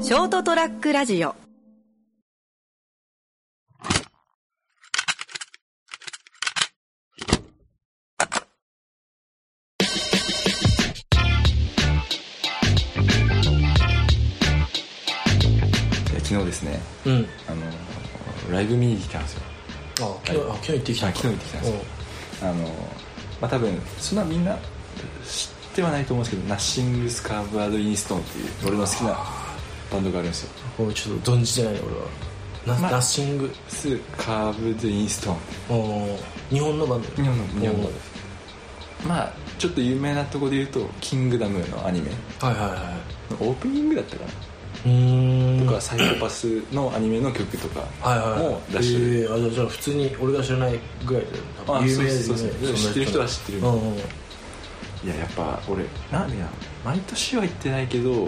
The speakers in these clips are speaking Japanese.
ショートトラックラジオ。 昨日ですね、ライブ見に来たんですよ。 昨日行ってきたんですよ。 多分そんなみんな知ってはないと思うんですけど、ナッシングスカーブアドインストーンっていう俺の好きなバンドがあるんですよ。 これちょっと存じてないね俺は。ナッシングスカーブドインストーン、 日本のバンド。 日本のです。ちょっと有名なところで言うとキングダムのアニメ、オープニングだったかなとか、サイコパスのアニメの曲とかも出してる。 じゃあ普通に俺が知らないぐらいで有名ですね。 知ってる人は知ってる。いや、やっぱ俺なんでや、毎年は行ってないけど、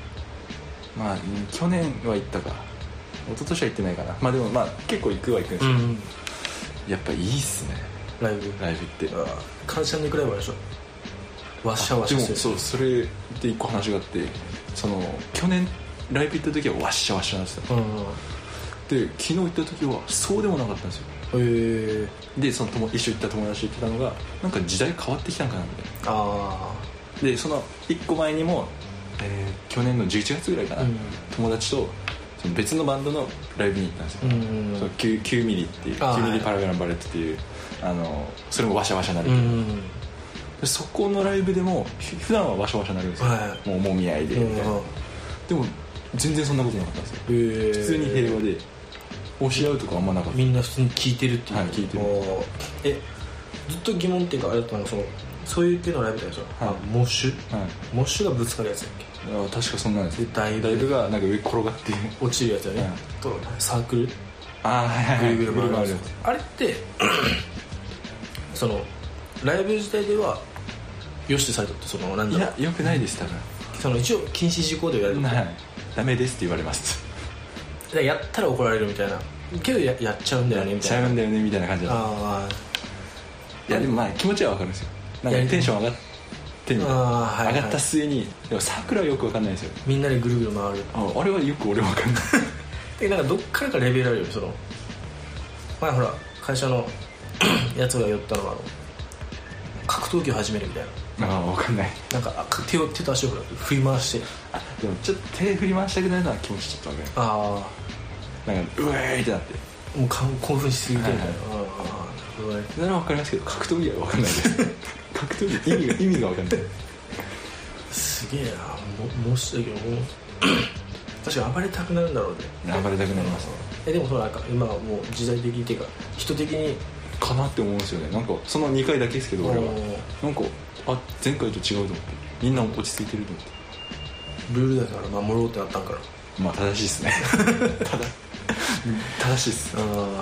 去年は行ったか、一昨年は行ってないかな。でも結構行くは行くんですよ。やっぱいいっすね、ライブって。 感謝にくらいはでしょ。ワッシャワッシャしてる。 そう、それで一個話があって、その去年ライブ行った時はワッシャワッシャなんですよ。で昨日行った時はそうでもなかったんですよ。でその一緒に行った友達言ってたのが、なんか時代変わってきたんかなみたいな。でその1個前にも、去年の11月ぐらいかな、友達とその別のバンドのライブに行ったんですよ。9ミリっていう9ミリパラグラムバレットっていう、それもワシャワシャなるけど、でそこのライブでも普段はワシャワシャなるんですよ。もうもみ合いでみたいな。でも全然そんなことなかったんですよ。普通に平和で押し合うとかあんまなかった。 みんな普通に聴いてるっていう。 聴いてる。 ずっと疑問っていうかあれだったの、そういう系のライブだよ。モッシュがぶつかるやつだっけ。 確かそんなんです。ライブがなんか上転がって落ちるやつだよね。とサークルぐるぐる回るやつ。あれってそのライブ自体ではよしとされたって、なんだろう。 いや、よくないです多分。 一応禁止事項で言われる。 ダメですって言われます。 やったら怒られるみたいなけど やっちゃうんだよねみたいな。 やっちゃうんだよねみたいな感じだった。いやでも気持ちは分かるんですよ。なんかテンション上がってみたいな、上がった末に。でもサークルはよく分かんないですよ。 みんなでぐるぐる回る。 あれはよく俺分かんない。 なんかどっからかレベルあるよ。前ほら会社のやつが寄ったのは格闘技を始めるみたいな。 分かんない。 なんか手と足を振り回して。 でもちょっと手振り回したくなるのは気持ちちょっと分かる。なんかうえーいってなってもう興奮しすぎてみたいな。 それは分かりますけど、格闘技は分かんないです格闘技意味が分かんない。 すげえな。もしだけど確かに暴れたくなるんだろうね。 暴れたくなりますね。 でもなんか今はもう時代的っていうか人的にかなって思うんですよね。なんかその2回だけですけど、俺はなんか前回と違うと思って、みんな落ち着いてると思って。 ルールだから守ろうってなったんから。 正しいっすね正しいっす。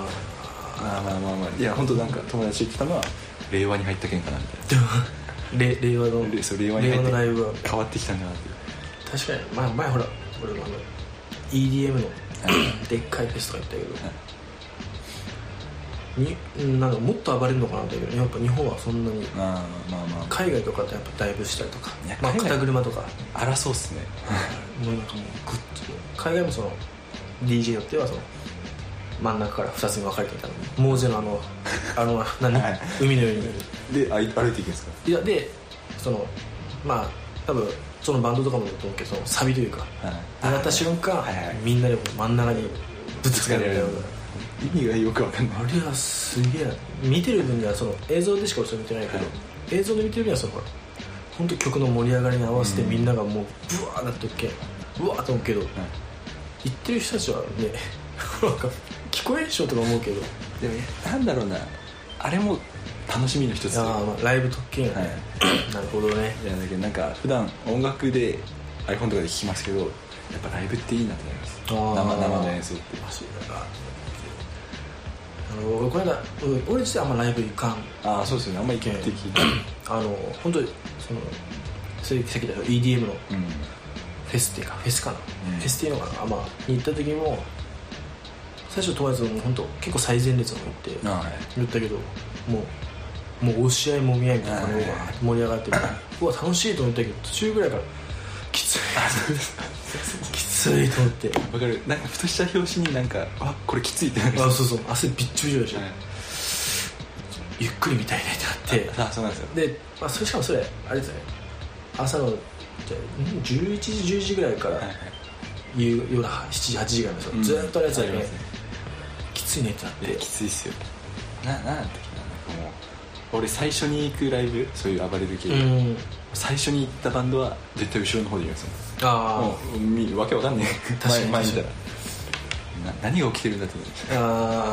いや本当なんか友達言ってたのは、令和に入ったけんかなみたいな。令和のライブは変わってきたんだなって。 確かに前ほら俺もEDM のでっかいフェスとか行ったけど、なんかもっと暴れるのかなって言うけど、やっぱ日本はそんなに。海外とかってやっぱダイブしたりとか、肩車とか荒そうっすねもうなんかもうグッと。海外もDJ によっては真ん中から2つに分かれていたのに、モーゼの海のようにで歩いていくんですか。 いやで多分そのバンドとかもだと思うけど、サビというか上がった瞬間、みんなで真ん中にぶつかるみたいな。 意味がよく分かんない。 あれはすげえ。見てる分には映像でしか俺見てないけど、映像で見てる分には本当曲の盛り上がりに合わせてみんながもうブワーなってっけ、うわーと思うけど、言ってる人たちはねなんか聞こえんでしょとか思うけど、 でもなんだろうな、あれも楽しみの一つ。 ライブ特権やね。なるほどね。 いやだけどなんか普段音楽で iPhone とかで聴きますけど、やっぱライブっていいなってなります。生の演奏って。 この間俺自体あんまライブ行かん。 そうですよね、あんま行けないって聞いて本当にそういうさっき言った EDM のフェスっていうか、フェスかな、フェスっていうのかな、に行った時も最初友達も本当結構最前列の方行って言ったけど、もう押し合いもみ合いみたいなのが盛り上がってる。うわ楽しいと思ったけど、途中ぐらいからきついついと思ってわかる。なんかふとした拍子になんかこれきついってなる。 そうそう汗びっちょびちょでしょ、ゆっくり見たいねってなってそうなんですよ。 で、それしかもそれあれですね、朝の11時10時ぐらいから夜7時8時ぐらいまでずっとあるやつだけね、きついねってなって。 きついっすよ。なんだっけな、なんかもう俺最初に行くライブ、そういう暴れる系、最初に行ったバンドは絶対後ろの方で言うんですよ。もうわけわかんねえ。前見たら何が起きてるんだって。 確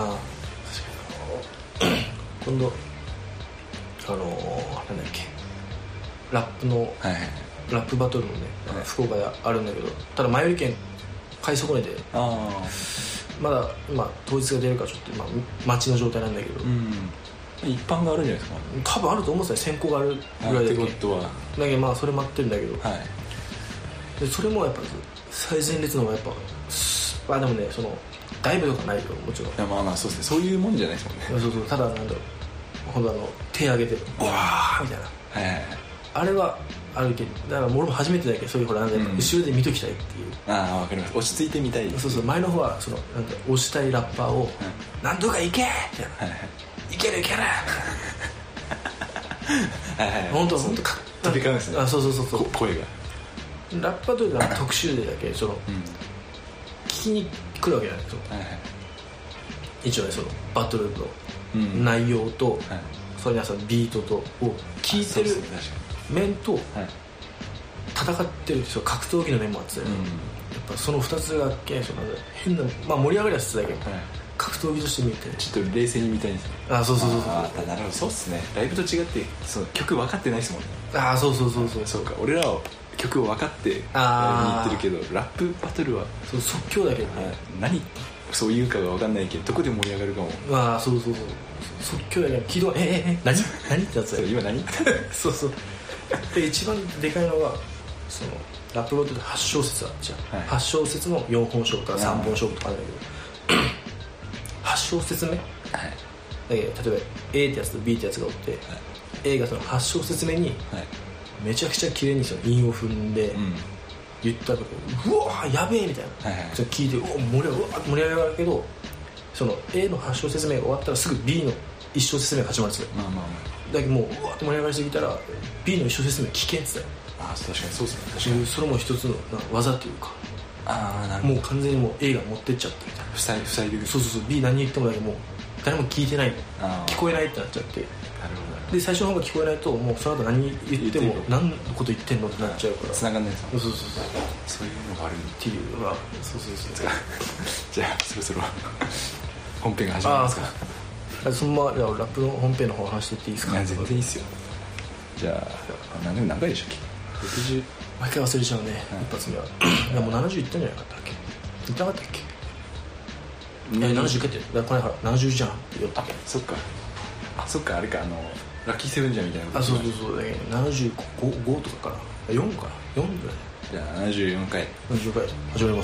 かに今度なんだっけ、ラップの、ラップバトルもね、福岡であるんだけど、ただ前売り券買い損ねて、まだ今当日が出るからちょっと今待ちの状態なんだけど、 一般があるんじゃないですか。 多分あると思うんですよ、先行があるぐらいだけど。 ってことはだけどそれ待ってるんだけど、でそれもやっぱ最前列の方がやっぱでもね、そのダイブとかないよ、もちろん。 いやまあそうですね、そういうもんじゃないですもんね。 そうただなんだろう、ほんと手上げてわーみたいな、あれはあるけど、だから俺も初めてだけど、そういうほらなんだろう、後ろで見ときたいっていう。 わかります。落ち着いてみたい。 そう前の方はそのなんだ押したいラッパーをなんとかいけみたいな、いけるいける本当飛び交うんですね。 そう声がラッパーというか特集でだけその聞きに来るわけじゃないですよ。一応ね、そのバトルの内容とそれにはそのビートとを聞いてる面と戦ってるその格闘技の面もあって、やっぱその2つが変な、盛り上がりはしてたけど、格闘技として見てちょっと冷静に見たいんですよ。 そうなるほど、そうっすね。ライブと違ってその曲分かってないですもんね。 そうか、俺らは曲を分かって言ってるけど、ラップバトルは即興だけどね、 何そういうかが分かんないけどどこで盛り上がるかも。 そう即興だけど聞いて何ってやつだよ今何そうで一番でかいのがそのラップバトルで8小節あっちゃう、8小節の4本勝負とか3本勝負とかあるんだけど、8小節目、だけど例えば A ってやつと B ってやつがおって、A がその8小節目にめちゃくちゃ綺麗にその韻を踏んで言ったら、うわーやべえみたいな、それ聞いて盛り上がるけど、その A の8小節目が終わったらすぐ B の1小節目が始まるんですよ。だけどもううわーって盛り上がりすぎたら B の1小節目聞けんって言ったよ。 確かにそうですね。確かにそれも一つの技というか、 なるほど。 もう完全にもう A が持ってっちゃったみたいな、 塞いでる。 そう B 何言ってもだけどもう誰も聞いてない、聞こえないってなっちゃって、で最初の方が聞こえないともうその後何言っても何のこと言ってんのってなっちゃうから繋がんないですもん。 そういうのがあるっていうのがじゃあそろそろ本編が始まりますか。 そのままラップの本編の方話していっていいですか。 全然いいっすよ。じゃあ何回でしたっけ。60 毎回忘れちゃうね、一発目は。いやもう70いったんじゃなかったっけ。いったかったっけ。70回ってこれから70じゃんって言ったっけ。 そっかあれか、ラッキーセブンじゃんみたいな。 そうだけど75とかかな、4ぐらい。 じゃあ74回始まります。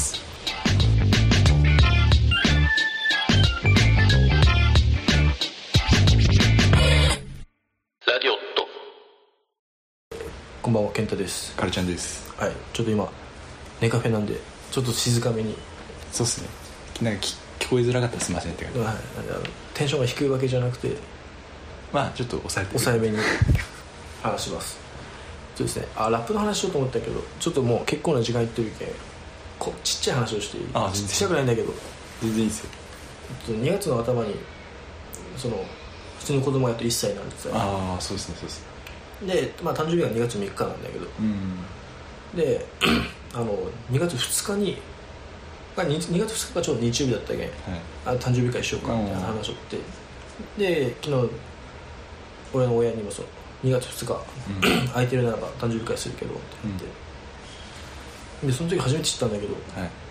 こんばんは、健太です。 カルちゃんです。 はい、ちょっと今ネカフェなんでちょっと静かめに。 そうっすね。なんか聞こえづらかったらすいませんって感じ。 テンションが低いわけじゃなくて、 ちょっと抑えめに話します。そうですね。ラップの話しようと思ったけど、ちょっともう結構な時間いってるけん、ちっちゃい話をしていい？ちっちゃくないんだけど。 全然いいですよ。 2月の頭にその普通の子供がやっと1歳になるって言ってた。 そうですね。 で、誕生日が2月3日なんだけど、で2月2日に2月2日がちょうど日曜日だったけん、誕生日会しようかみたいな話をって、で昨日俺の親にも2月2日、空いてるならば誕生日会するけどって言って、でその時初めて知ったんだけど、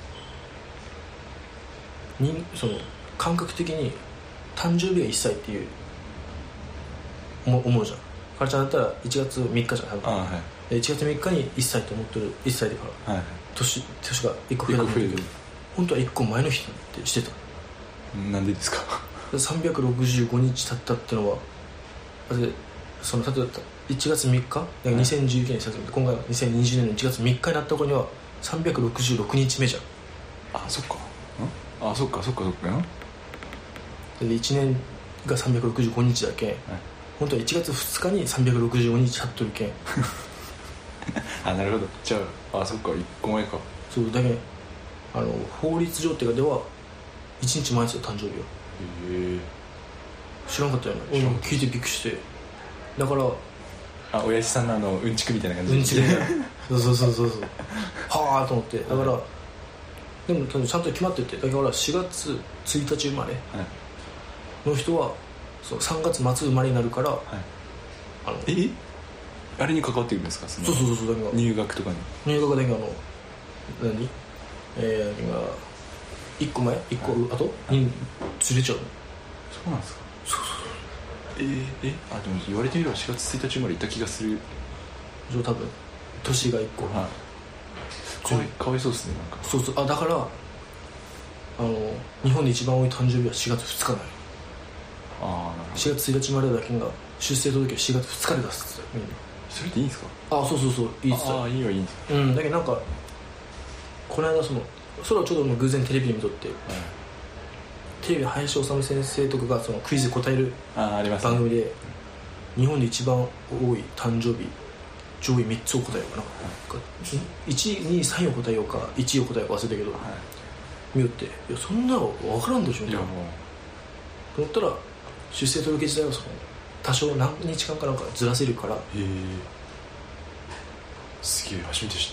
その感覚的に誕生日が1歳っていう思うじゃん。カルちゃんだったら1月3日じゃん、1月3日に1歳と思ってる。1歳だから、年が1個増えたんだけど、本当は1個前の日ってしてた。 なんでですか。 365日経ったってのは、例えば1月3日2019年にした時、今回は2020年の1月3日になった頃には 366日目じゃん。 あ、そっか。あ、そっかで1年が365日だけ、はい、本当は1月2日に365日やっとるけんあ、なるほど。じゃあ、そっか、1個前か。 そうだけ法律上っていうかでは1日前ですよ、誕生日は。 へえ。 知らんかったよね。俺も聞いてびっくりして。だから親父さんのうんちくみたいな感じで。 うんちくみたいなそうはあと思って。だから、でもちゃんと決まってて、だから4月1日生まれの人はそう3月末生まれになるから、はい、 あれに関わってくるんですか？ そうだから入学とかに。 入学だけ何1個前1個後にずれちゃうの。 そうなんですか？ そうでも言われてみれば4月1日生まれいた気がする。 多分年が1個、はい、 かわいそうですね。なんかそうだから日本で一番多い誕生日は4月2日なの。4月1日生まれだけが出生届を4月2日で出すってみんな。 それでいいんですか？ そういいっすよ。 いいんですか？ だけどなんかこの間それをちょうど偶然テレビで見とって、テレビ林修先生とかがそのクイズ答える番組で、日本で一番多い誕生日上位3つを答えようかな、1、2、3を答えようか1を答えようか忘れたけど、見よって、いやそんなの分からんでしょみたいなと思ったら、出生届自体はその多少何日間かなんかずらせるから。 すげえ、初めて知った。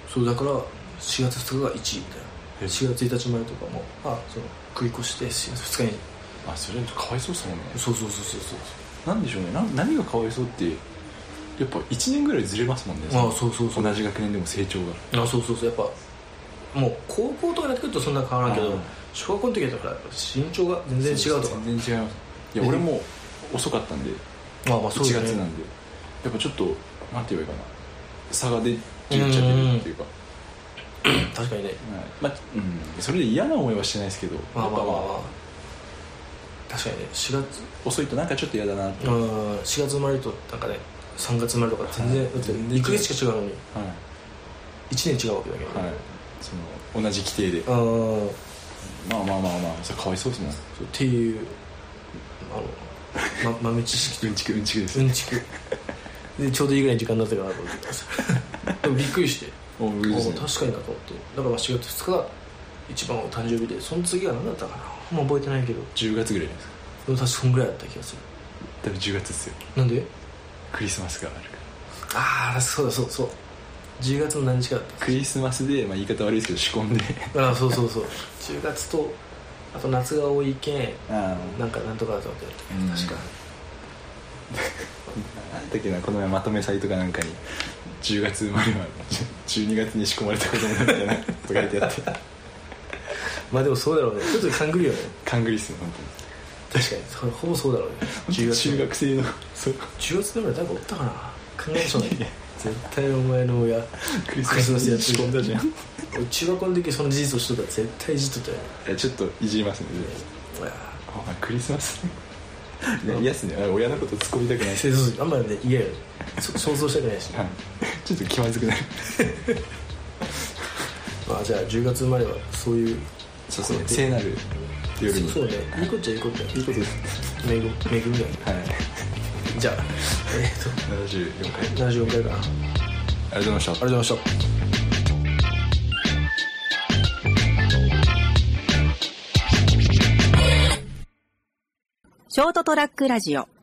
そうだから4月2日が1位みたいな。4月1日前とかもその繰り越して4月2日に。 それかわいそうですもんね。 そうなんでしょうね。何がかわいそうって、やっぱ1年ぐらいずれますもんね。 そう同じ学年でも成長が。 そうやっぱもう高校とかになってくるとそんな変わらんけど、小学校の時だから身長が全然違うとか。 全然違います。いや俺も遅かったんで、1月なんでやっぱちょっとなんて言えばいいかな、差が出ちゃってるっていうか。 確かにね、 それで嫌な思いはしてないですけど、 確かにね、4月遅いとなんかちょっと嫌だなって。 4月生まれとなんかね3月生まれとか全然2ヶ月しか違うのに、1年違うわけだけど、 その同じ規定でそれかわいそうですもん。 っていう豆知識。 うんちくです。 うんちくでちょうどいいぐらいの時間になったかなと思ってでもびっくりして確かになと思って。だから4月2日が一番お誕生日で、その次は何だったかな、もう覚えてないけど 10月ぐらいですか？ でも確かそんぐらいだった気がする。 多分10月ですよ。 なんで？ クリスマスがあるから。そう10月の何日かだった。 クリスマスで、言い方悪いですけど仕込んでそう10月とあと夏が多いけんなんとかだと思って確かなんだっけな、この前まとめサイトかなんかに10月生まれは12月に仕込まれた子供だみたいなとか書いてあってでもそうだろうね。ちょっと勘ぐりよね。 勘ぐりっすね本当に。確かにほぼそうだろうね。 中学生の 10月生まれ誰かおったかな、考えましょうね絶対お前の親クリスマスやって仕込んだじゃん中学校の時その事実をしとったら絶対いじっとったよね。 ちょっといじりますね。クリスマス嫌っすね。親のこと突っ込みたくないし、 あんまりね嫌よ。想像したくないし、 ちょっと気まずくなるじゃあ10月生まれはそういうそうですね、聖なる夜に。 そうね、いいことです。恵みだよね。じゃあ74回かな。ありがとうございました。 ショートトラックラジオ